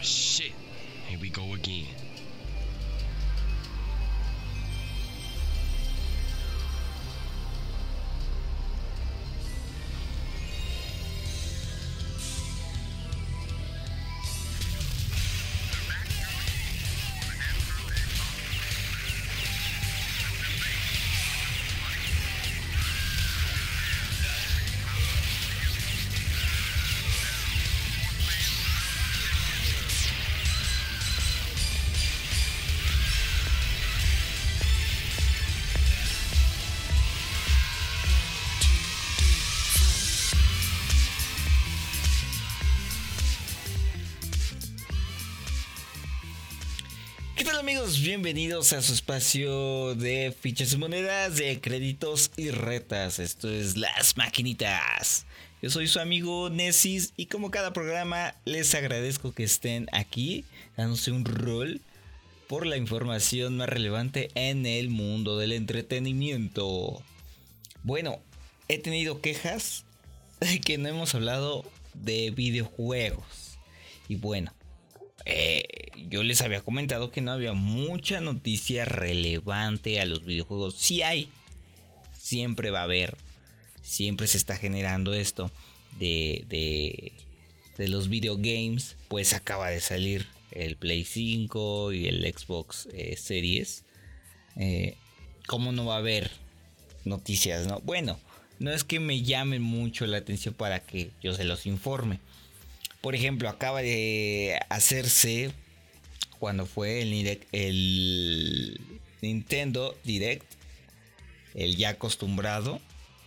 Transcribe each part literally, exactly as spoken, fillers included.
shit. Here we go again. Amigos, bienvenidos a su espacio de fichas y monedas, de créditos y retas. Esto es Las Maquinitas. Yo soy su amigo Nesis y como cada programa les agradezco que estén aquí dándose un rol por la información más relevante en el mundo del entretenimiento. Bueno, he tenido quejas de que no hemos hablado de videojuegos. Y bueno, Eh, yo les había comentado que no había mucha noticia relevante a los videojuegos. Sí hay, siempre va a haber, siempre se está generando esto de, de, de los videogames. Pues acaba de salir el Play cinco y el Xbox eh, Series. Eh, ¿Cómo no va a haber noticias, no? Bueno, no es que me llamen mucho la atención para que yo se los informe. Por ejemplo, acaba de hacerse cuando fue el, el Nintendo Direct, el ya acostumbrado,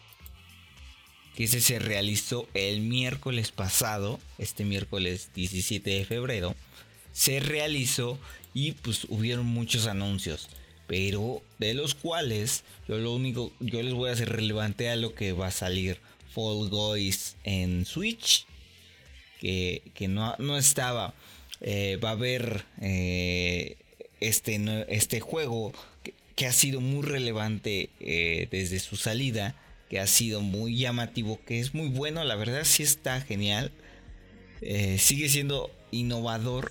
que ese se realizó el miércoles pasado, este miércoles diecisiete de febrero, se realizó y pues hubieron muchos anuncios, pero de los cuales yo lo único, yo les voy a hacer relevante a lo que va a salir Fall Guys en Switch. Que, que no, no estaba. Eh, va a haber eh, este, este juego que, que ha sido muy relevante eh, desde su salida, que ha sido muy llamativo, que es muy bueno, la verdad sí está genial. Eh, sigue siendo innovador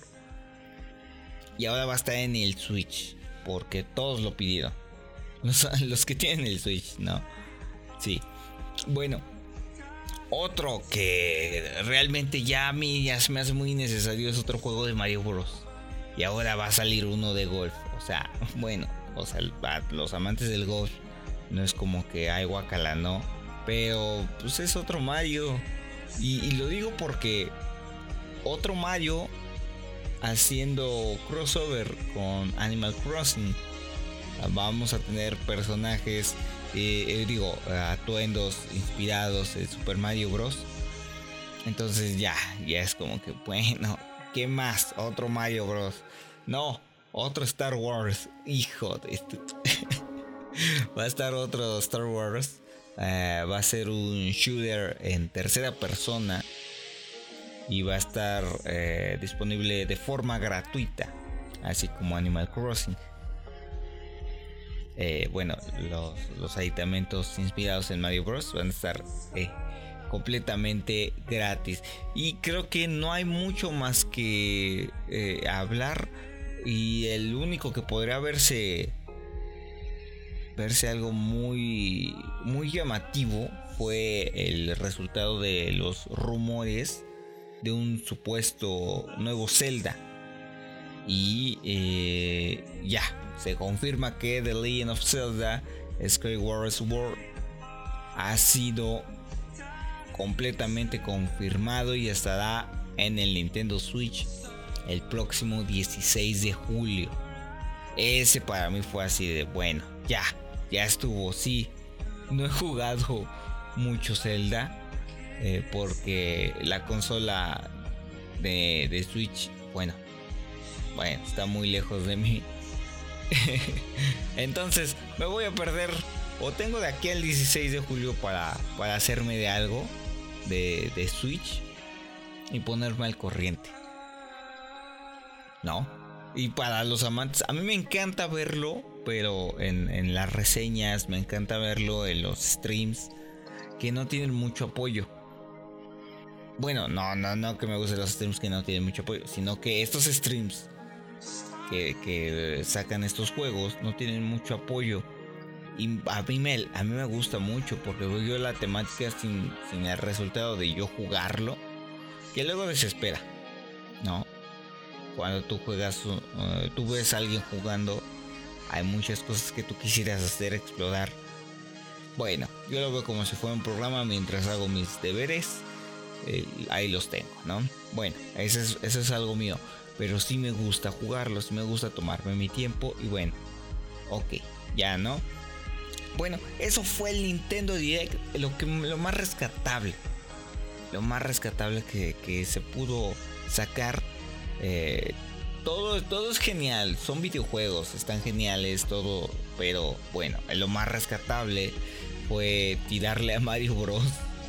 y ahora va a estar en el Switch porque todos lo pidieron. Los, los que tienen el Switch, ¿no? Sí. Bueno. Otro que realmente ya a mí ya se me hace muy necesario es otro juego de Mario Bros. Y ahora va a salir uno de golf. O sea, bueno, o sea, los amantes del golf no es como que hay guacala, ¿no? Pero pues es otro Mario. Y, y lo digo porque otro Mario haciendo crossover con Animal Crossing. Vamos a tener personajes... Eh, digo, atuendos inspirados en Super Mario Bros. Entonces ya, ya es como que bueno, ¿qué más? Otro Mario Bros. No, otro Star Wars. Hijo de esto. Va a estar otro Star Wars. eh, Va a ser un shooter en tercera persona. Y va a estar eh, disponible de forma gratuita, así como Animal Crossing. Eh, bueno, los, los aditamentos inspirados en Mario Bros. Van a estar eh, completamente gratis. Y creo que no hay mucho más que eh, hablar. Y el único que podría verse verse algo muy, muy llamativo fue el resultado de los rumores de un supuesto nuevo Zelda. Y eh, ya, se confirma que The Legend of Zelda Skyward Sword ha sido completamente confirmado y estará en el Nintendo Switch el próximo dieciséis de julio. Ese para mí fue así de bueno, ya, ya estuvo. Sí, no he jugado mucho Zelda eh, porque la consola de, de Switch, bueno, bueno, está muy lejos de mí. Entonces me voy a perder, o tengo de aquí al dieciséis de julio para, para hacerme de algo de, de Switch y ponerme al corriente, ¿no? Y para los amantes, a mí me encanta verlo, pero en, en las reseñas, me encanta verlo en los streams que no tienen mucho apoyo. Bueno, no, no, no que me gusten los streams que no tienen mucho apoyo, sino que estos streams que, que sacan estos juegos no tienen mucho apoyo. Y a mí me, a mí me gusta mucho porque veo yo la temática sin, sin el resultado de yo jugarlo, que luego desespera, ¿no? Cuando tú juegas, uh, tú ves a alguien jugando, hay muchas cosas que tú quisieras hacer, explorar. Bueno, yo lo veo como si fuera un programa mientras hago mis deberes. Eh, ahí los tengo, ¿no? Bueno, eso es, eso es algo mío. Pero sí me gusta jugarlos, sí me gusta tomarme mi tiempo. Y bueno, ok, ya, ¿no? Bueno, eso fue el Nintendo Direct. Lo, que, lo más rescatable. Lo más rescatable que, que se pudo sacar. Eh, todo, todo es genial. Son videojuegos, están geniales, todo. Pero bueno, lo más rescatable fue tirarle a Mario Bros.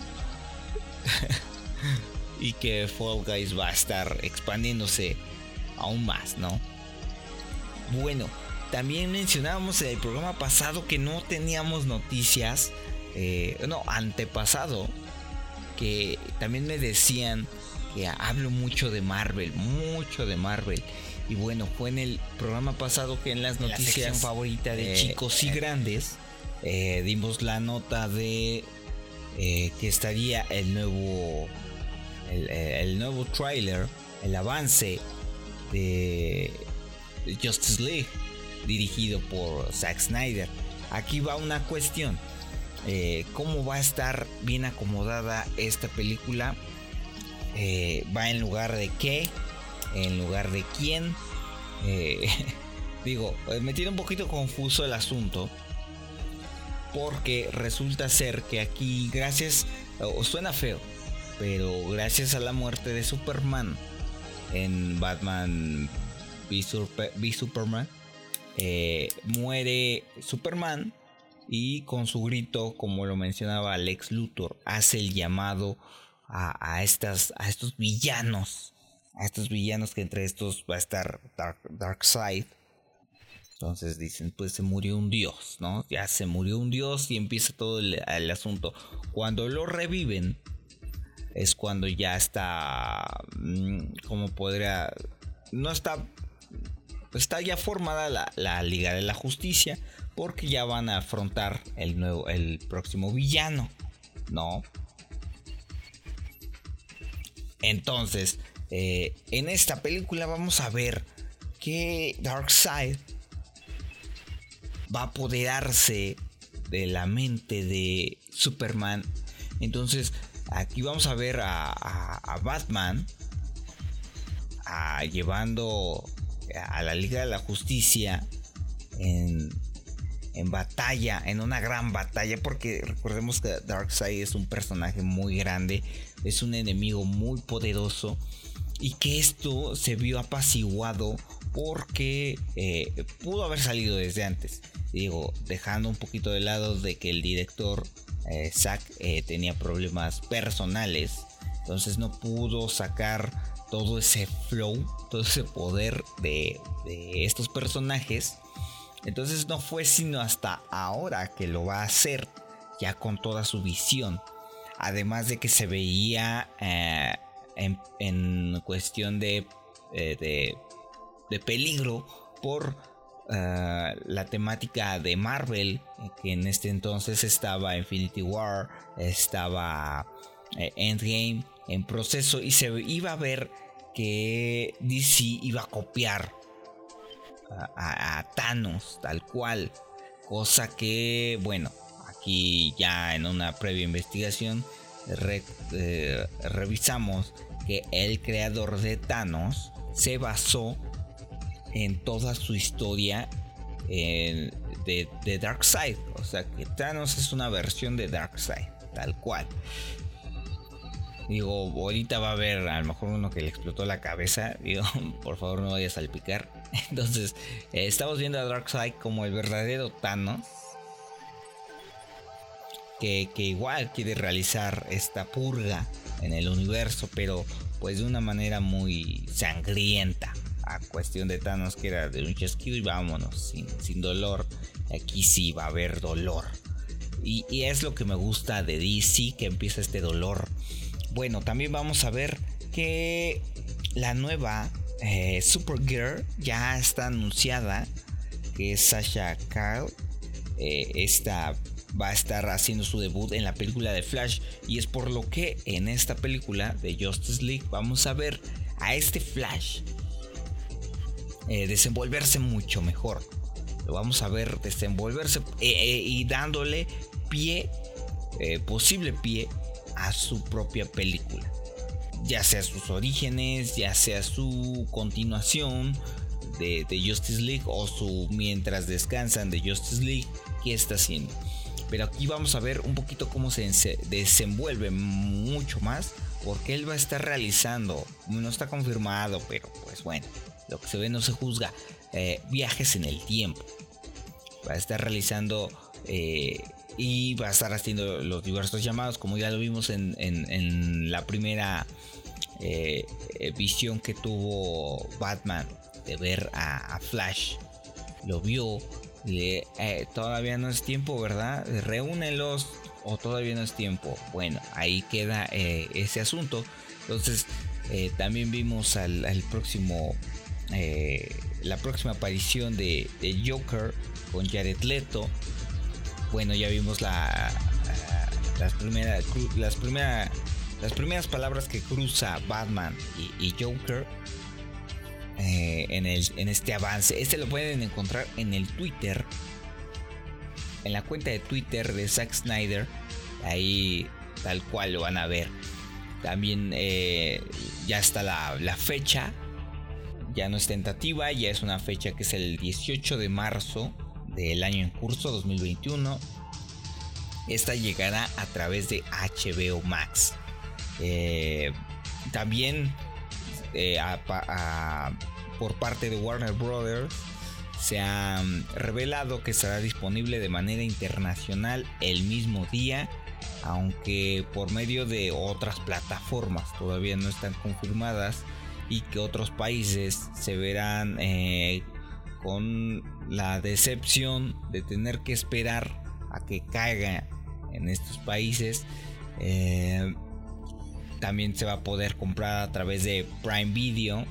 Y que Fall Guys va a estar expandiéndose aún más, ¿no? Bueno, también mencionábamos en el programa pasado que no teníamos noticias. Eh, no, antepasado. Que también me decían que hablo mucho de Marvel, mucho de Marvel. Y bueno, fue en el programa pasado que en las noticias, la sección favorita de eh, chicos y eh, grandes, eh, dimos la nota de eh, que estaría el nuevo, el, el nuevo tráiler, el avance de Justice League, dirigido por Zack Snyder. Aquí va una cuestión. Eh, ¿Cómo va a estar bien acomodada esta película? Eh, ¿Va en lugar de qué? ¿En lugar de quién? Eh, digo, me tiene un poquito confuso el asunto, porque resulta ser que aquí, gracias, oh, suena feo, pero gracias a la muerte de Superman en Batman v, Super, v Superman, eh, muere Superman. Y con su grito, como lo mencionaba Lex Luthor, hace el llamado a, a, estas, a estos villanos. A estos villanos, que entre estos va a estar Dark, Darkseid. Entonces dicen, pues se murió un dios, ¿no? Ya se murió un dios y empieza todo el, el asunto. Cuando lo reviven, es cuando ya está... ¿Cómo podría...? No está... Está ya formada la, la Liga de la Justicia, porque ya van a afrontar el nuevo, el próximo villano, ¿no? Entonces, eh, en esta película vamos a ver que Darkseid va a apoderarse de la mente de Superman. Entonces, aquí vamos a ver a, a, a Batman a, llevando a la Liga de la Justicia en, en batalla, en una gran batalla, porque recordemos que Darkseid es un personaje muy grande, es un enemigo muy poderoso, y que esto se vio apaciguado porque eh, pudo haber salido desde antes. Digo, dejando un poquito de lado de que el director eh, Zack eh, tenía problemas personales, entonces no pudo sacar todo ese flow, todo ese poder de, de estos personajes. Entonces no fue sino hasta ahora que lo va a hacer, ya con toda su visión. Además de que se veía eh, en, en cuestión de, eh, de, de peligro por uh, la temática de Marvel, que en este entonces estaba Infinity War, estaba eh, Endgame en proceso, y se iba a ver que D C iba a copiar a, a, a Thanos tal cual, cosa que, bueno, aquí ya en una previa investigación re, eh, revisamos que el creador de Thanos se basó en toda su historia en, de, de Darkseid, o sea que Thanos es una versión de Darkseid tal cual. Digo, ahorita va a haber a lo mejor uno que le explotó la cabeza. Digo, por favor no vayas a salpicar. Entonces, eh, estamos viendo a Darkseid como el verdadero Thanos, que, que igual quiere realizar esta purga en el universo, pero pues de una manera muy sangrienta. A cuestión de Thanos, que era de un chasquido y vámonos, sin, sin dolor. Aquí sí va a haber dolor. Y, y es lo que me gusta de D C, que empieza este dolor Bueno, también vamos a ver que la nueva eh, Supergirl ya está anunciada, que es Sasha Calle. Eh, esta va a estar haciendo su debut en la película de Flash, y es por lo que en esta película de Justice League vamos a ver a este Flash eh, desenvolverse mucho mejor. Lo vamos a ver desenvolverse eh, eh, y dándole pie, eh, posible pie a su propia película, ya sea sus orígenes, ya sea su continuación de, de Justice League, o su mientras descansan de Justice League, qué está haciendo. Pero aquí vamos a ver un poquito cómo se desenvuelve mucho más, porque él va a estar realizando, no está confirmado, pero pues bueno, lo que se ve no se juzga, eh, viajes en el tiempo. Va a estar realizando eh, y va a estar haciendo los diversos llamados, como ya lo vimos en, en, en la primera eh, visión que tuvo Batman de ver a, a Flash. Lo vio. Le, eh, todavía no es tiempo, ¿verdad? Reúnelos, o todavía no es tiempo. Bueno, ahí queda eh, ese asunto. Entonces eh, también vimos al, al próximo eh, la próxima aparición de, de Joker con Jared Leto. Bueno, ya vimos la, la las primeras las primeras las primeras palabras que cruza Batman y, y Joker eh, en el en este avance. Este lo pueden encontrar en el Twitter, en la cuenta de Twitter de Zack Snyder. Ahí tal cual lo van a ver. También eh, ya está la, la fecha. Ya no es tentativa, ya es una fecha que es el dieciocho de marzo del año en curso dos mil veintiuno. Esta llegará a través de H B O Max. Eh, también eh, a, a, por parte de Warner Brothers se ha revelado que estará disponible de manera internacional el mismo día, aunque por medio de otras plataformas todavía no están confirmadas, y que otros países se verán eh, con la decepción de tener que esperar a que caiga en estos países. Eh, también se va a poder comprar a través de Prime Video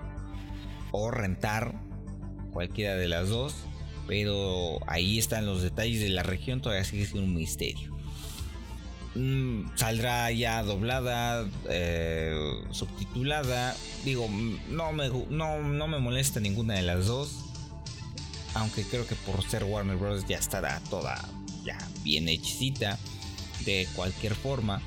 o rentar, cualquiera de las dos, pero ahí están los detalles de la región, todavía sigue siendo un misterio. Mm, saldrá ya doblada, eh, subtitulada. Digo, no me, no, no me molesta ninguna de las dos, aunque creo que por ser Warner Bros. Ya estará toda ya bien hechicita de cualquier forma.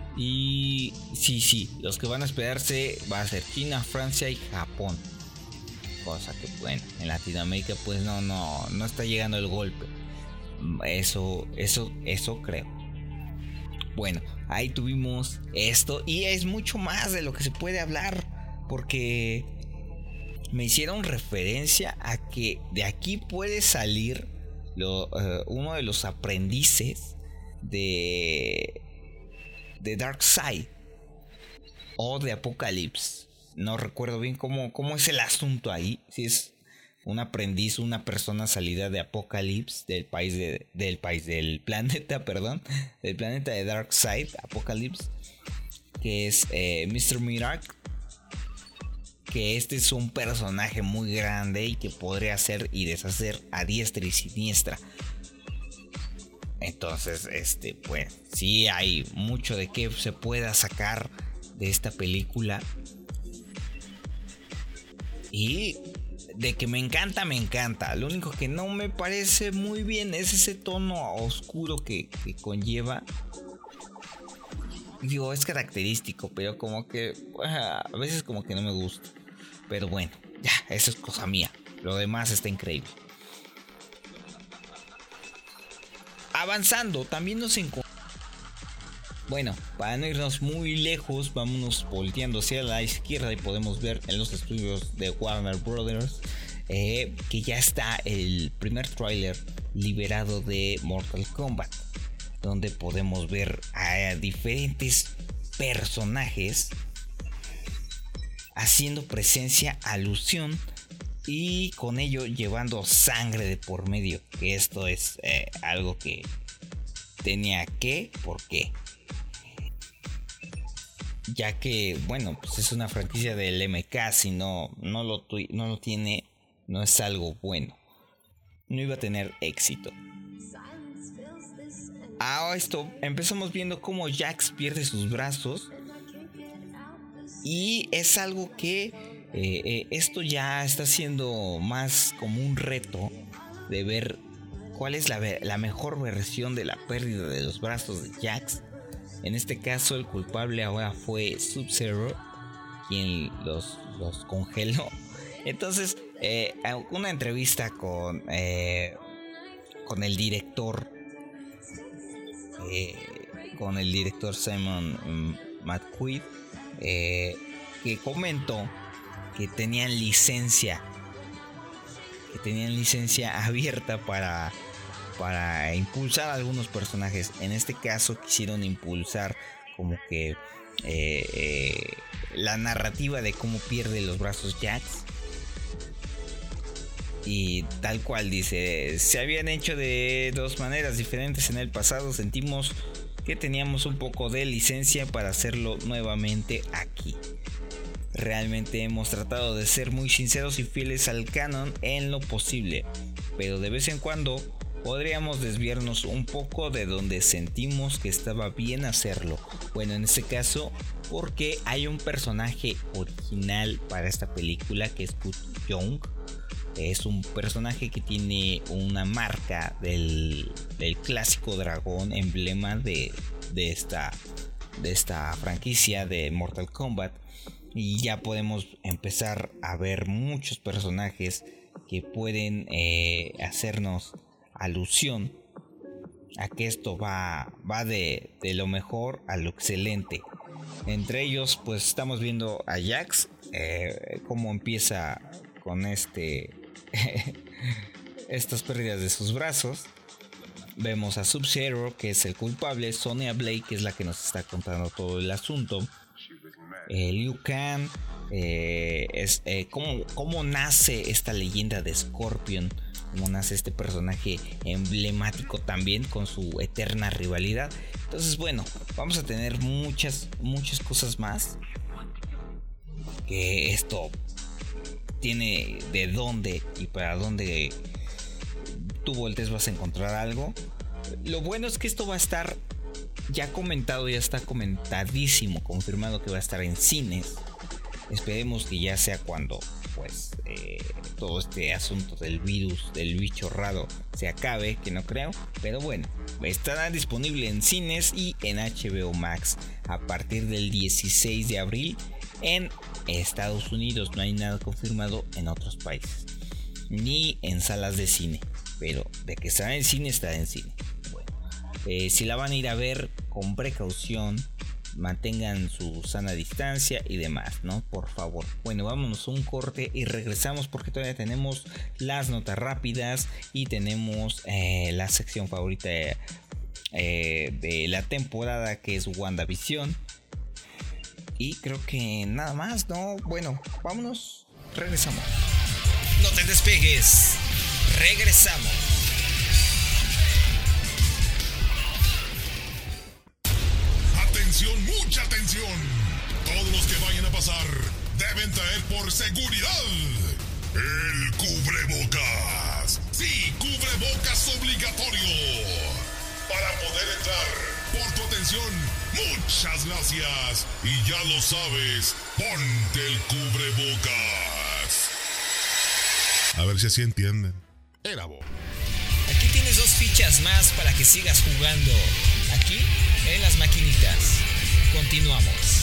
Y sí, sí, los que van a esperarse va a ser China, Francia y Japón. Cosa que bueno, en Latinoamérica pues no, no, no está llegando el golpe. Eso, eso, eso creo. Bueno, ahí tuvimos esto, y es mucho más de lo que se puede hablar, porque me hicieron referencia a que de aquí puede salir lo, uh, uno de los aprendices de de Darkseid o de Apocalipsis. No recuerdo bien cómo, cómo es el asunto ahí. Si es un aprendiz, una persona salida de Apocalipsis, del país de, del país del planeta, perdón, del planeta de Darkseid, Apocalipsis, que es eh, mister Miracle, que este es un personaje muy grande y que podría hacer y deshacer a diestra y siniestra. Entonces, este, pues, sí hay mucho de que se pueda sacar de esta película. Y de que me encanta, me encanta. Lo único que no me parece muy bien es ese tono oscuro que, que conlleva. Digo, es característico, pero como que a veces como que no me gusta. Pero bueno, ya, eso es cosa mía. Lo demás está increíble. Avanzando, también nos encontramos. Bueno, para no irnos muy lejos, vámonos volteando hacia la izquierda y podemos ver en los estudios de Warner Brothers eh, que ya está el primer tráiler liberado de Mortal Kombat, donde podemos ver a diferentes personajes haciendo presencia, alusión, y con ello llevando sangre de por medio, que esto es eh, algo que tenía que, ¿por qué? ya que, bueno, pues es una franquicia del M K, si no, no, lo, no lo tiene, no es algo bueno. No iba a tener éxito. A esto empezamos viendo cómo Jax pierde sus brazos. Y es algo que eh, eh, esto ya está siendo más como un reto de ver cuál es la, la mejor versión de la pérdida de los brazos de Jax. En este caso el culpable ahora fue Sub-Zero, quien los, los congeló. Entonces eh, una entrevista con, eh, con el director, eh, con el director Simon McQueen, eh, que comentó que tenían licencia, que tenían licencia abierta para, para impulsar a algunos personajes. En este caso quisieron impulsar como que eh, eh, la narrativa de cómo pierde los brazos Jax. Y tal cual dice, se habían hecho de dos maneras diferentes en el pasado. Sentimos que teníamos un poco de licencia para hacerlo nuevamente aquí. Realmente hemos tratado de ser muy sinceros y fieles al canon en lo posible, pero de vez en cuando podríamos desviarnos un poco de donde sentimos que estaba bien hacerlo. Bueno, en este caso, porque hay un personaje original para esta película que es Cut Young. Es un personaje que tiene una marca del, del clásico dragón, emblema de, de, esta, de esta franquicia de Mortal Kombat. Y ya podemos empezar a ver muchos personajes que pueden eh, hacernos alusión a que esto va, va de, de lo mejor a lo excelente. Entre ellos pues estamos viendo a Jax, eh, cómo empieza con este estas pérdidas de sus brazos. Vemos a Sub-Zero, que es el culpable, Sonya Blade, que es la que nos está contando todo el asunto, eh, Liu Kang, eh, es, eh, cómo, cómo nace esta leyenda de Scorpion, cómo nace este personaje emblemático también con su eterna rivalidad. Entonces bueno, vamos a tener muchas, muchas cosas más, que esto tiene de dónde y para dónde tú voltees vas a encontrar algo. Lo bueno es que esto va a estar ya comentado, ya está comentadísimo, confirmado que va a estar en cines. Esperemos que ya sea cuando pues eh, todo este asunto del virus, del bicho raro se acabe, que no creo, pero bueno, estará disponible en cines y en H B O Max a partir del dieciséis de abril en Estados Unidos. No hay nada confirmado en otros países ni en salas de cine, pero de que estará en cine, estará en cine. Bueno, eh, si la van a ir a ver, con precaución, mantengan su sana distancia y demás, ¿no? Por favor. Bueno, vámonos a un corte y regresamos porque todavía tenemos las notas rápidas y tenemos eh, la sección favorita de, eh, de la temporada, que es WandaVision. Y creo que nada más, ¿no? Bueno, vámonos, regresamos. No te despegues, regresamos. Atención, mucha atención. Todos los que vayan a pasar deben traer por seguridad el cubrebocas. Sí, cubrebocas obligatorio. Para poder entrar, por tu atención, muchas gracias. Y ya lo sabes, ponte el cubrebocas. A ver si así entienden. Era vos. Aquí tienes dos fichas más para que sigas jugando. Aquí en las maquinitas. Continuamos.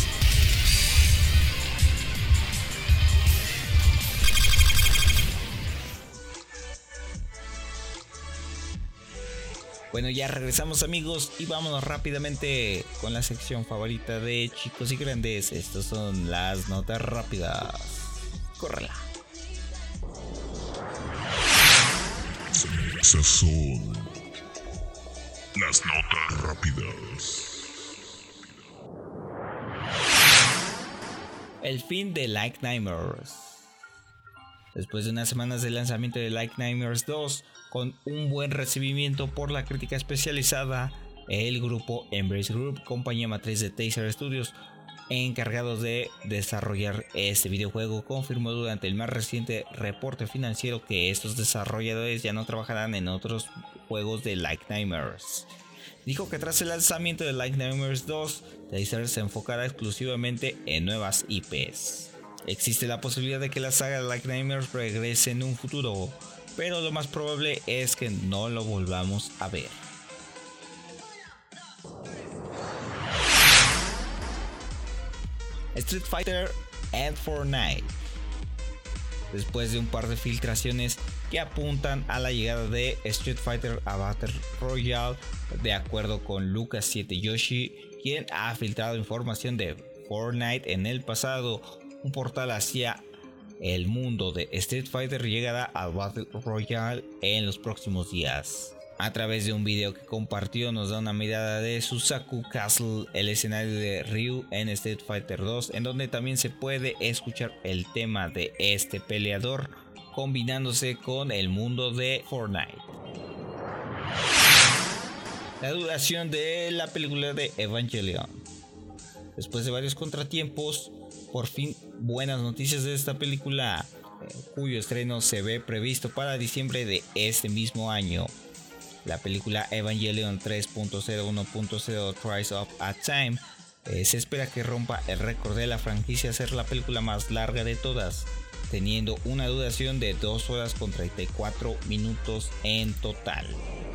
Bueno, ya regresamos, amigos, y vámonos rápidamente con la sección favorita de chicos y grandes. Estas son las notas rápidas. Córrela. Esas son las notas rápidas. El fin de Like Nightmares. Después de unas semanas de lanzamiento de Like Nightmares dos, con un buen recibimiento por la crítica especializada, el grupo Embrace Group, compañía matriz de Taser Studios, encargado de desarrollar este videojuego, confirmó durante el más reciente reporte financiero que estos desarrolladores ya no trabajarán en otros juegos de Like Nightmares. Dijo que tras el lanzamiento de Like Nightmares dos, Tracer se enfocará exclusivamente en nuevas I Pes. Existe la posibilidad de que la saga de Like Nightmares regrese en un futuro, pero lo más probable es que no lo volvamos a ver. Street Fighter and Fortnite. Después de un par de filtraciones que apuntan a la llegada de Street Fighter a Battle Royale, de acuerdo con Lucas siete Yoshi, quien ha filtrado información de Fortnite en el pasado, un portal hacia el mundo de Street Fighter llegará a Battle Royale en los próximos días. A través de un video que compartió nos da una mirada de Suzaku Castle, el escenario de Ryu en Street Fighter dos, en donde también se puede escuchar el tema de este peleador combinándose con el mundo de Fortnite. La duración de la película de Evangelion. Después de varios contratiempos, por fin buenas noticias de esta película, eh, cuyo estreno se ve previsto para diciembre de este mismo año. La película Evangelion tres punto cero uno punto cero Rise of a Time eh, se espera que rompa el récord de la franquicia, ser la película más larga de todas, teniendo una duración de dos horas con treinta y cuatro minutos en total.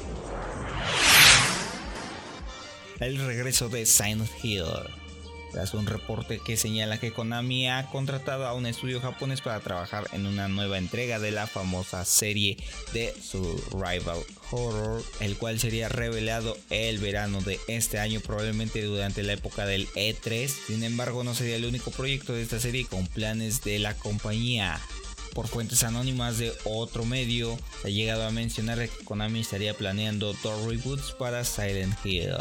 El regreso de Silent Hill. Tras un reporte que señala que Konami ha contratado a un estudio japonés para trabajar en una nueva entrega de la famosa serie de Survival Horror, el cual sería revelado el verano de este año, probablemente durante la época del E tres. Sin embargo, no sería el único proyecto de esta serie con planes de la compañía. Por fuentes anónimas de otro medio, se ha llegado a mencionar que Konami estaría planeando dos reboots para Silent Hill.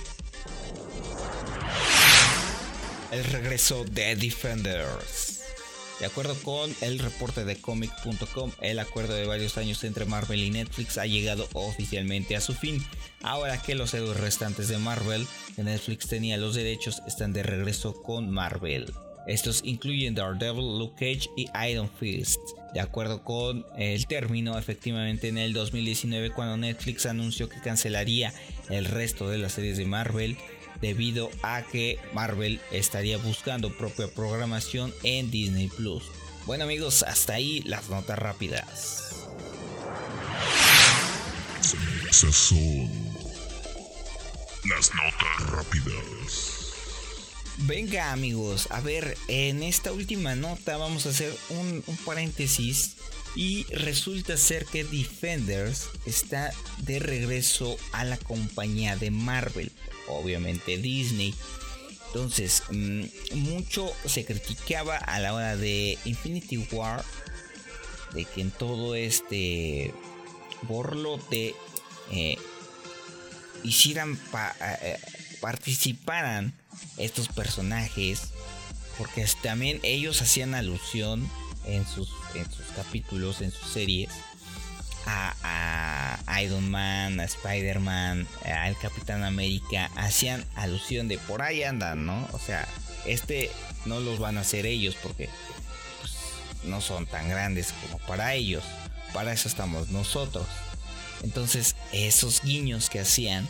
El regreso de Defenders. De acuerdo con el reporte de comic punto com, el acuerdo de varios años entre Marvel y Netflix ha llegado oficialmente a su fin. Ahora que los héroes restantes de Marvel, que Netflix tenía los derechos, están de regreso con Marvel. Estos incluyen Daredevil, Luke Cage y Iron Fist. De acuerdo con el término, efectivamente en el dos mil diecinueve, cuando Netflix anunció que cancelaría el resto de las series de Marvel, debido a que Marvel estaría buscando propia programación en Disney Plus. Bueno amigos, hasta ahí las notas rápidas. Esas son las notas rápidas. Venga amigos, a ver, en esta última nota vamos a hacer un, un paréntesis. Y resulta ser que Defenders está de regreso a la compañía de Marvel, obviamente Disney. Entonces, mmm, mucho se criticaba a la hora de Infinity War, de que en todo este borlote eh, hicieran pa- eh, participaran estos personajes, porque también ellos hacían alusión en sus, en sus capítulos, en sus series, a, a Iron Man, a Spider-Man, al Capitán América. Hacían alusión de por ahí andan, ¿no? O sea, este no los van a hacer ellos porque pues, no son tan grandes como para ellos. Para eso estamos nosotros. Entonces, esos guiños que hacían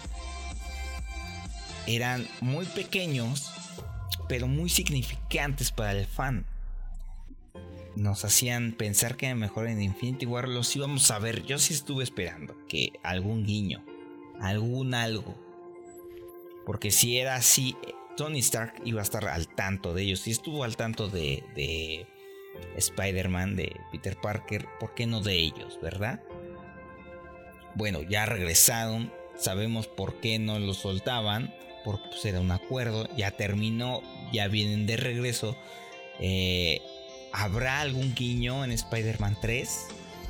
eran muy pequeños, pero muy significantes para el fan. Nos hacían pensar que a lo mejor en Infinity War los íbamos a ver. Yo sí estuve esperando que algún guiño, algún algo, porque si era así, Tony Stark iba a estar al tanto de ellos. Si estuvo al tanto de, de Spider-Man, de Peter Parker, ¿por qué no de ellos, verdad? Bueno, ya regresaron, sabemos por qué no los soltaban, porque pues era un acuerdo, ya terminó, ya vienen de regreso. eh... ¿Habrá algún guiño en Spider-Man tres?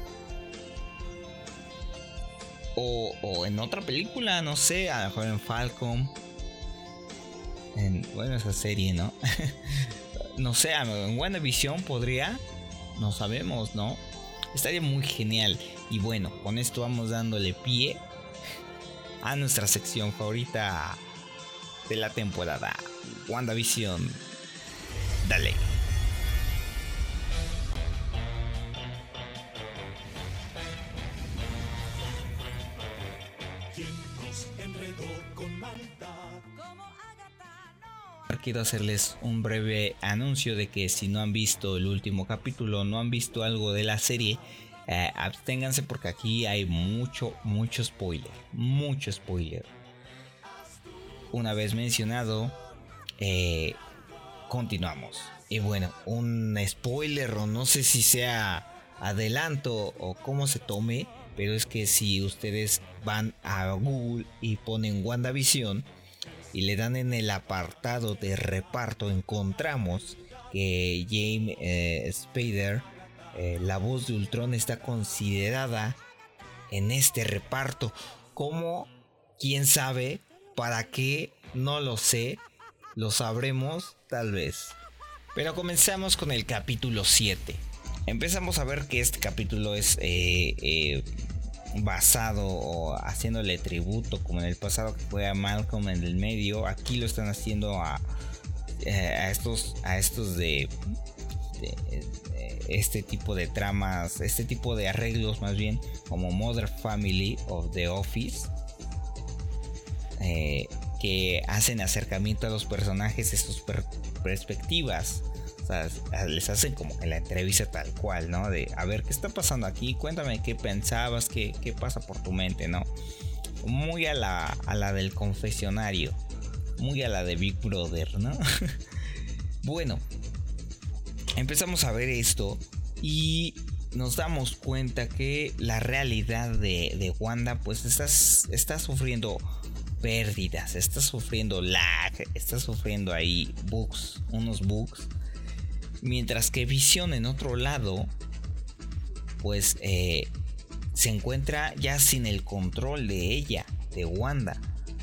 O, o en otra película, no sé, a lo mejor en Falcon. En, bueno, esa serie, ¿no? No sé, en WandaVision podría. No sabemos, ¿no? Estaría muy genial. Y bueno, con esto vamos dándole pie a nuestra sección favorita de la temporada, WandaVision. Dale. Quiero hacerles un breve anuncio de que si no han visto el último capítulo, no han visto algo de la serie, eh, absténganse porque aquí hay mucho, mucho spoiler, mucho spoiler. Una vez mencionado, eh, continuamos. Y bueno, un spoiler o no sé si sea adelanto o cómo se tome, pero es que si ustedes van a Google y ponen WandaVision y le dan en el apartado de reparto, encontramos que James eh, Spader, eh, la voz de Ultron, está considerada en este reparto. ¿Cómo? ¿Quién sabe? ¿Para qué? No lo sé. Lo sabremos tal vez. Pero comenzamos con el capítulo siete. Empezamos a ver que este capítulo es eh, eh, basado o haciéndole tributo, como en el pasado que fue a Malcolm en el medio. Aquí lo están haciendo a, a estos a estos de, de, de este tipo de tramas, este tipo de arreglos más bien, como Modern Family of The Office, eh, que hacen acercamiento a los personajes de sus per- perspectivas. O sea, les hacen como que la entrevista tal cual, ¿no? De a ver qué está pasando aquí, cuéntame qué pensabas, qué, qué pasa por tu mente, ¿no? Muy a la, a la del confesionario, muy a la de Big Brother, ¿no? Bueno, empezamos a ver esto y nos damos cuenta que la realidad de, de Wanda pues está, está sufriendo pérdidas, está sufriendo lag, está sufriendo ahí bugs, unos bugs. Mientras que Visión en otro lado, pues eh, se encuentra ya sin el control de ella, de Wanda,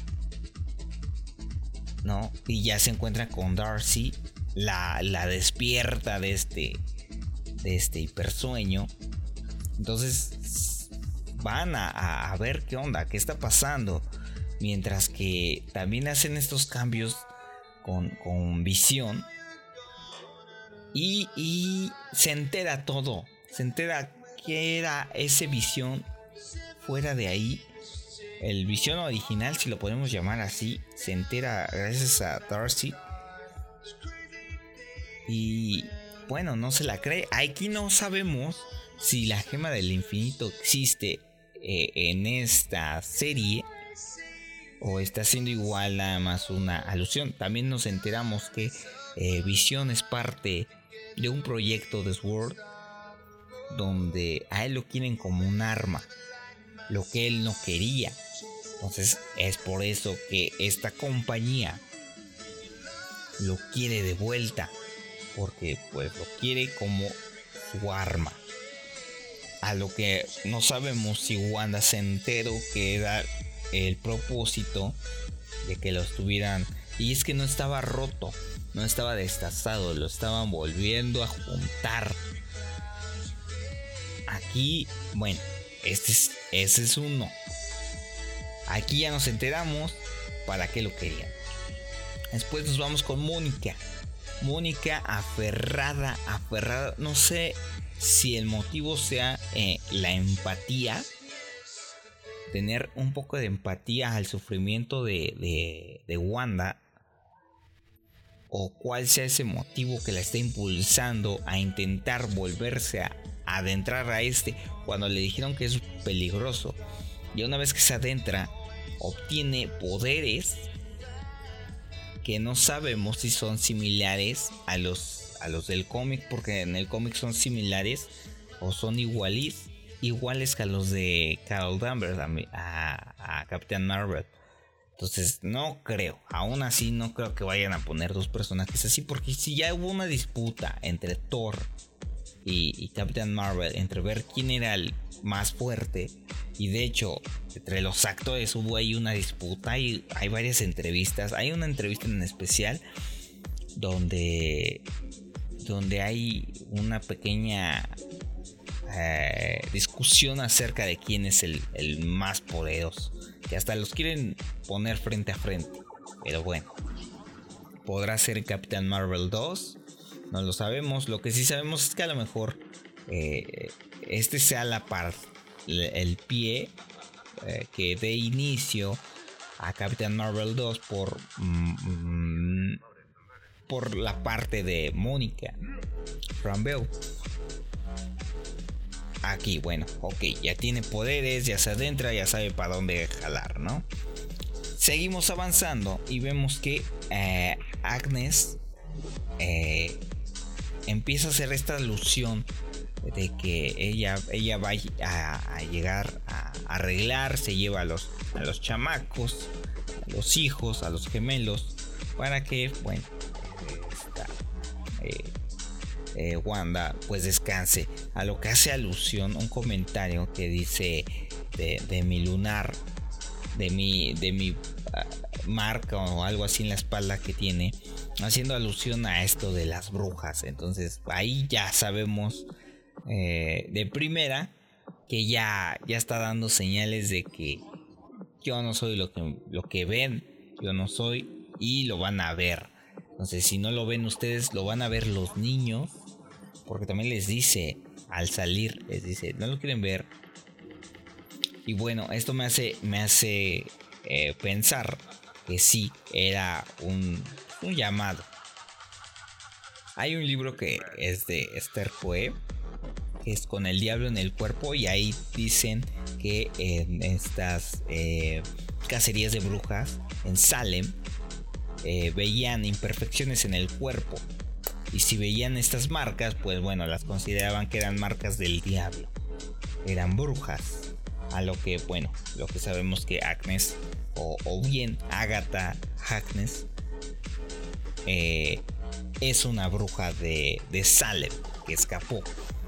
¿no? Y ya se encuentra con Darcy, la, la despierta de este, de este hipersueño. Entonces van a, a ver qué onda, qué está pasando. Mientras que también hacen estos cambios con, con Visión. Y, y se entera todo. Se entera que era ese Visión fuera de ahí. El Visión original, si lo podemos llamar así, se entera gracias a Darcy. Y bueno, no se la cree. Aquí no sabemos si la gema del infinito existe eh, en esta serie o está siendo igual nada más una alusión. También nos enteramos que eh, Visión es parte de un proyecto de Sword donde a él lo quieren como un arma, lo que él no quería. Entonces es por eso que esta compañía lo quiere de vuelta, porque pues lo quiere como su arma. A lo que no sabemos si Wanda se enteró que era el propósito de que lo estuvieran, y es que no estaba roto, no estaba destazado, lo estaban volviendo a juntar. Aquí, bueno, este es, ese es uno. Aquí ya nos enteramos para qué lo querían. Después nos vamos con Mónica. Mónica aferrada, aferrada. No sé si el motivo sea eh, la empatía. Tener un poco de empatía al sufrimiento de, de, de Wanda. O cuál sea ese motivo que la está impulsando a intentar volverse a adentrar a este cuando le dijeron que es peligroso. Y una vez que se adentra, obtiene poderes que no sabemos si son similares a los, a los del cómic, porque en el cómic son similares o son iguales, iguales que a los de Carol Danvers, a, a, a Captain Marvel. Entonces no creo, aún así no creo que vayan a poner dos personajes así, porque si ya hubo una disputa entre Thor y, y Captain Marvel, entre ver quién era el más fuerte, y de hecho entre los actores hubo ahí una disputa, y hay varias entrevistas. Hay una entrevista en especial donde donde hay una pequeña eh, discusión acerca de quién es el, el más poderoso, que hasta los quieren poner frente a frente. Pero bueno, podrá ser Captain Marvel dos, no lo sabemos. Lo que sí sabemos es que a lo mejor eh, este sea la par, el pie eh, que dé inicio a Captain Marvel dos por, mm, por la parte de Mónica Rambeau. Aquí, bueno, ok, ya tiene poderes, ya se adentra, ya sabe para dónde jalar, ¿no? Seguimos avanzando y vemos que eh, Agnes eh, empieza a hacer esta alusión de que ella, ella va a, a llegar a arreglar, se lleva a los, a los chamacos, a los hijos, a los gemelos, para que, bueno, esta, eh, eh, Wanda pues descanse. A lo que hace alusión un comentario que dice de, de mi lunar, de mi, de mi uh, marca o algo así en la espalda que tiene, haciendo alusión a esto de las brujas. Entonces ahí ya sabemos eh, de primera que ya, ya está dando señales de que yo no soy lo que, lo que ven, yo no soy, y lo van a ver. Entonces si no lo ven ustedes, lo van a ver los niños, porque también les dice al salir, les dice, no lo quieren ver. Y bueno, esto me hace, me hace eh, pensar que sí, era un, un llamado. Hay un libro que es de Esther Poe, que es Con el diablo en el cuerpo, y ahí dicen que en estas eh, cacerías de brujas en Salem eh, veían imperfecciones en el cuerpo, y si veían estas marcas, pues bueno, las consideraban que eran marcas del diablo, eran brujas. A lo que, bueno, lo que sabemos que Agnes, o, o bien Agatha Harkness, eh, es una bruja de, de Salem que escapó.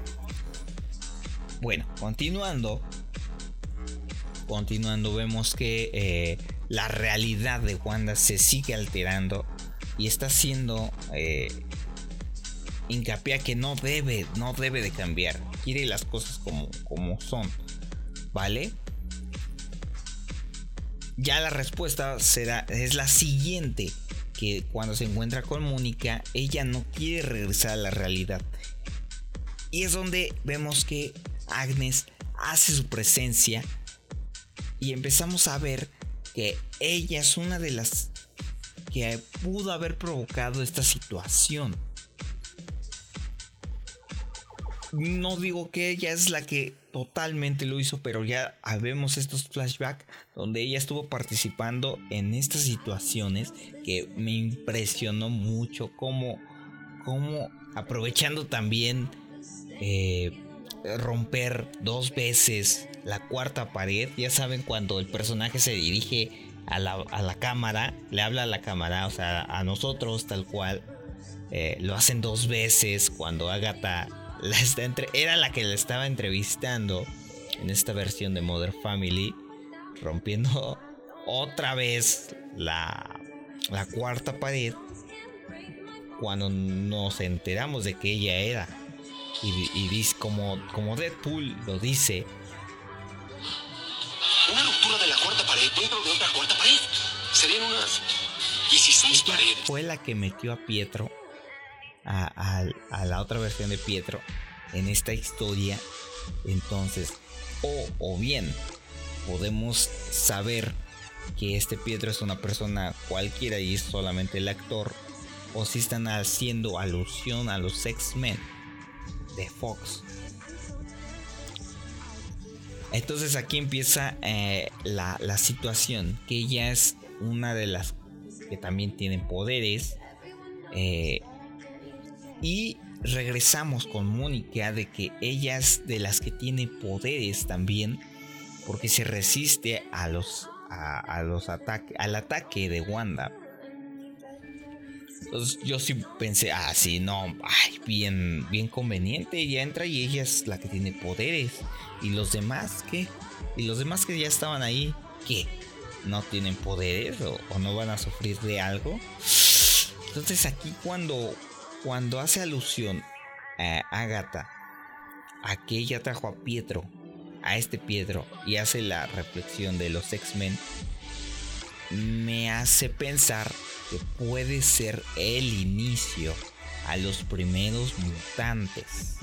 Bueno, continuando, continuando vemos que eh, la realidad de Wanda se sigue alterando y está haciendo eh, hincapié a que no debe, no debe de cambiar. Quiere las cosas como, como son. ¿Vale? Ya la respuesta será, es la siguiente, que cuando se encuentra con Mónica, ella no quiere regresar a la realidad. Y es donde vemos que Agnes hace su presencia y empezamos a ver que ella es una de las que pudo haber provocado esta situación. No digo que ella es la que totalmente lo hizo, pero ya vemos estos flashbacks donde ella estuvo participando en estas situaciones que me impresionó mucho. Como, como aprovechando también eh, romper dos veces la cuarta pared. Ya saben, cuando el personaje se dirige a la, a la cámara, le habla a la cámara, o sea, a nosotros tal cual. Eh, lo hacen dos veces cuando Agatha La está entre... era la que la estaba entrevistando en esta versión de Modern Family, rompiendo otra vez la, la cuarta pared cuando nos enteramos de que ella era. Y, y dice, como, como Deadpool lo dice, una ruptura de la cuarta pared dentro de otra cuarta pared. Serían unas dieciséis ella paredes. Fue la que metió a Pietro, A, a, a la otra versión de Pietro en esta historia. Entonces, o, o bien podemos saber que este Pietro es una persona cualquiera y es solamente el actor, o si están haciendo alusión a los X-Men de Fox. Entonces aquí empieza eh, la, la situación, que ella es una de las que también tienen poderes. eh, Y regresamos con Mónica de que ella es de las que tiene poderes también, porque se resiste a los, a, a los ataques, al ataque de Wanda. Entonces yo sí pensé, ah, sí, no, ay, bien, bien conveniente. Ella entra y ella es la que tiene poderes. ¿Y los demás qué? ¿Y los demás que ya estaban ahí, qué? ¿No tienen poderes o, o no van a sufrir de algo? Entonces aquí cuando... Cuando hace alusión a Agatha, a que ella trajo a Pietro, a este Pietro, y hace la reflexión de los X-Men, me hace pensar que puede ser el inicio a los primeros mutantes.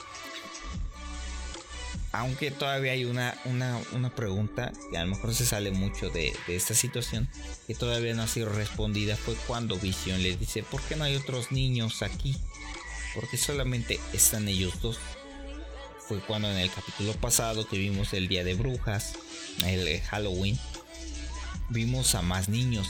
Aunque todavía hay una, una, una pregunta que a lo mejor se sale mucho de, de esta situación, que todavía no ha sido respondida. Fue cuando Visión le dice: ¿por qué no hay otros niños aquí? Porque solamente están ellos dos. Fue cuando en el capítulo pasado que vimos el Día de Brujas, el Halloween, vimos a más niños.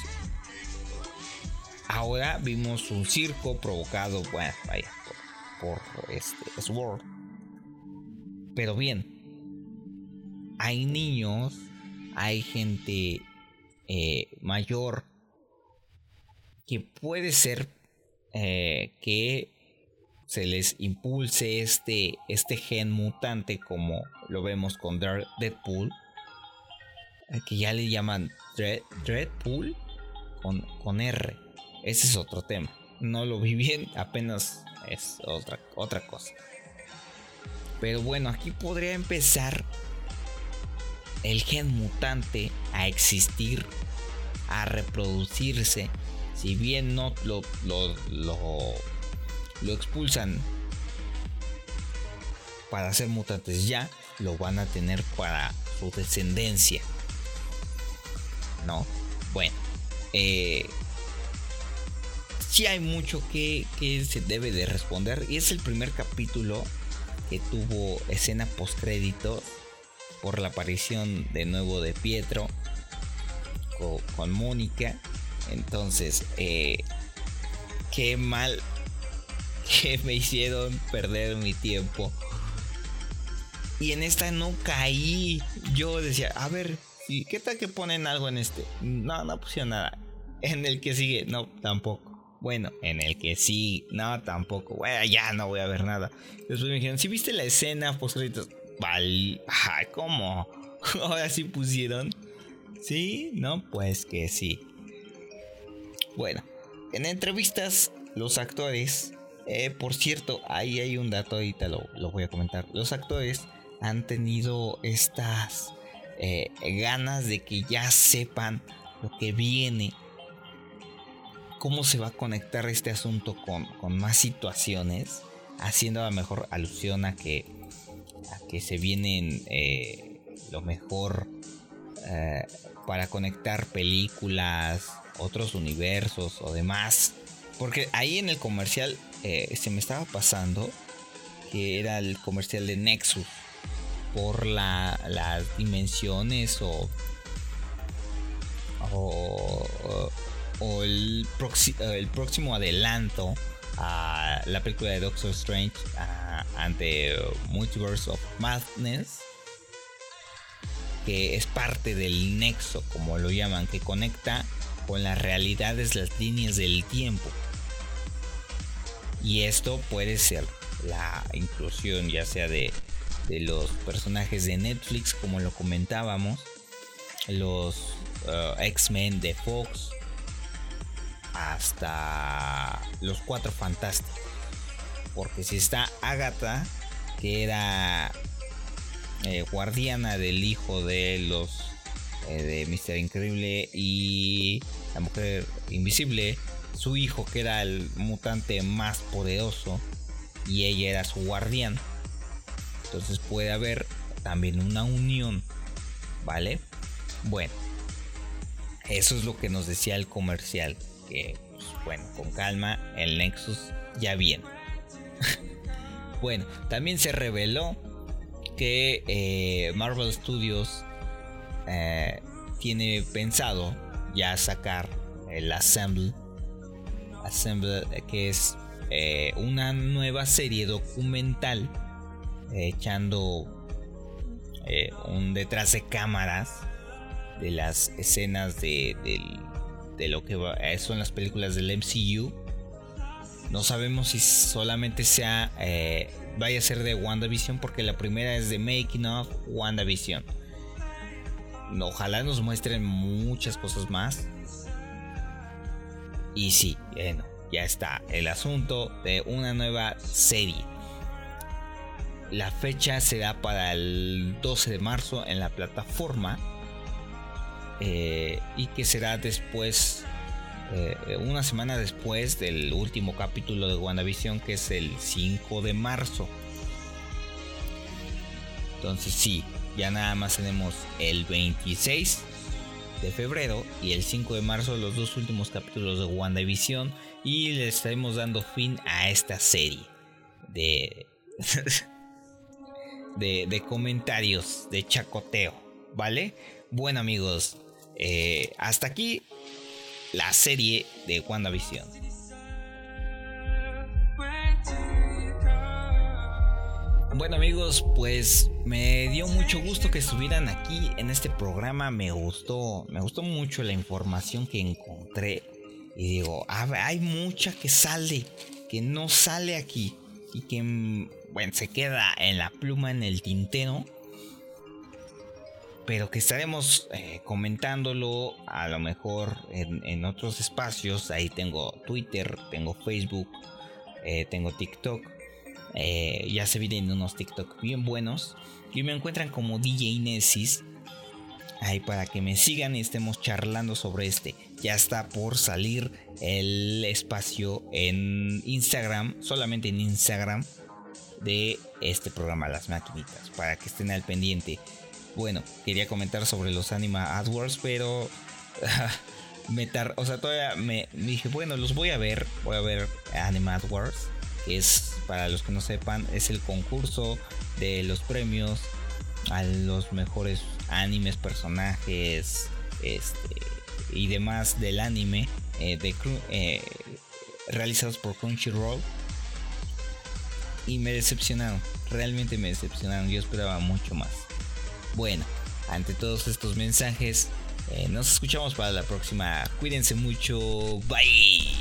Ahora vimos un circo provocado, bueno, vaya, por, por este Sword. Pero bien, hay niños, hay gente eh, mayor que puede ser eh, que se les impulse este, este gen mutante, como lo vemos con Deadpool, que ya le llaman Dreadpool con, con R. Ese es otro tema. No lo vi bien, apenas es otra, otra cosa. Pero bueno, aquí podría empezar el gen mutante a existir, a reproducirse. Si bien no lo, lo, lo, lo expulsan para ser mutantes ya, lo van a tener para su descendencia, ¿no? Bueno, eh, sí hay mucho que, que se debe de responder. Y es el primer capítulo que tuvo escena postcréditos por la aparición de nuevo de Pietro con, con Mónica. Entonces, eh, qué mal que me hicieron perder mi tiempo. Y en esta no caí. Yo decía, a ver, ¿qué tal que ponen algo en este? No, no pusieron nada. En el que sigue, no, tampoco. Bueno, en el que sí, no, tampoco. Bueno, ya no voy a ver nada. Después me dijeron, ¿sí viste la escena postcréditos? Vale, ay, ¿cómo? Ahora sí pusieron. ¿Sí? No, pues que sí. Bueno, en entrevistas, los actores, eh, por cierto, ahí hay un dato, ahorita lo, lo voy a comentar. Los actores han tenido estas eh, ganas de que ya sepan lo que viene, cómo se va a conectar este asunto con, con más situaciones, haciendo a lo mejor alusión a que, a que se vienen eh, lo mejor eh, para conectar películas, otros universos o demás. Porque ahí en el comercial eh, se me estaba pasando que era el comercial de Nexus, por la, las dimensiones o o, o el, proxi, el próximo adelanto a la película de Doctor Strange a, ante Multiverse of Madness, que es parte del nexo, como lo llaman, que conecta con las realidades, las líneas del tiempo. Y esto puede ser la inclusión ya sea de, de los personajes de Netflix, como lo comentábamos, los uh, X-Men de Fox, hasta los Cuatro Fantásticos. Porque si está Agatha, que era eh, guardiana del hijo de los eh, de míster Increíble y la Mujer Invisible, su hijo que era el mutante más poderoso y ella era su guardián, entonces puede haber también una unión, ¿vale? Bueno, eso es lo que nos decía el comercial, que pues, bueno, con calma, el Nexus ya viene. Bueno, también se reveló que eh, Marvel Studios eh, tiene pensado ya sacar el Assemble, Assemble que es eh, una nueva serie documental eh, echando eh, un detrás de cámaras de las escenas de, de, de lo que va, son las películas del M C U. No sabemos si solamente sea eh, vaya a ser de WandaVision, porque la primera es de Making of WandaVision. Ojalá nos muestren muchas cosas más. Y sí, bueno, ya está el asunto de una nueva serie. La fecha será para el doce de marzo en la plataforma. Eh, y que será después eh, una semana después del último capítulo de WandaVision, que es el cinco de marzo. Entonces sí, ya nada más tenemos el veintiséis de febrero y el cinco de marzo, los dos últimos capítulos de WandaVision, y le estaremos dando fin a esta serie de de, de comentarios, de chacoteo, ¿vale? Bueno, amigos, eh, hasta aquí la serie de WandaVision. Bueno, amigos, pues me dio mucho gusto que estuvieran aquí en este programa. Me gustó, me gustó mucho la información que encontré. Y digo, ah, hay mucha que sale, que no sale aquí. Y que, bueno, se queda en la pluma, en el tintero. Pero que estaremos eh, comentándolo a lo mejor en, en otros espacios. Ahí tengo Twitter, tengo Facebook, eh, tengo TikTok. Eh, ya se vienen unos TikTok bien buenos. Y me encuentran como D J Nesis. Ahí para que me sigan y estemos charlando sobre este. Ya está por salir el espacio en Instagram, solamente en Instagram, de este programa Las Maquinitas, para que estén al pendiente. Bueno, quería comentar sobre los Anima AdWords, pero me tar- o sea, todavía me, me dije, bueno, los voy a ver, voy a ver Anima AdWords. Es, para los que no sepan, es el concurso de los premios a los mejores animes, personajes, este y demás del anime, eh, de, eh, realizados por Crunchyroll. Y me decepcionaron, realmente me decepcionaron. Yo esperaba mucho más. Bueno, ante todos estos mensajes, eh, nos escuchamos para la próxima. Cuídense mucho, bye.